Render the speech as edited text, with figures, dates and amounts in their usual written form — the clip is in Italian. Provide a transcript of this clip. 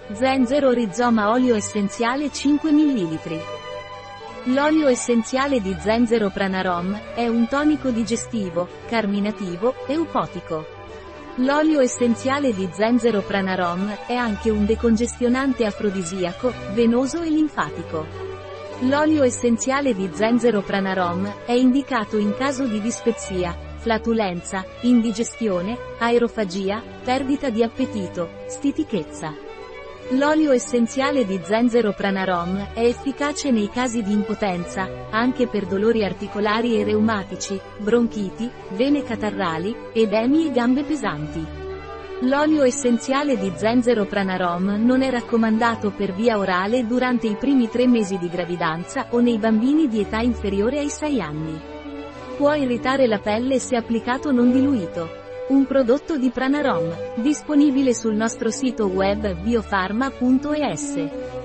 Zenzero rizoma olio essenziale 5 ml. L'olio essenziale di zenzero Pranarom è un tonico digestivo, carminativo, eupotico. L'olio essenziale di zenzero Pranarom è anche un decongestionante afrodisiaco, venoso e linfatico. L'olio essenziale di zenzero Pranarom è indicato in caso di dispepsia, flatulenza, indigestione, aerofagia, perdita di appetito, stitichezza. L'olio essenziale di zenzero Pranarom è efficace nei casi di impotenza, anche per dolori articolari e reumatici, bronchiti, vene catarrali, edemi e gambe pesanti. L'olio essenziale di zenzero Pranarom non è raccomandato per via orale durante i primi 3 mesi di gravidanza o nei bambini di età inferiore ai 6 anni. Può irritare la pelle se applicato non diluito. Un prodotto di Pranarom, disponibile sul nostro sito web biofarma.es.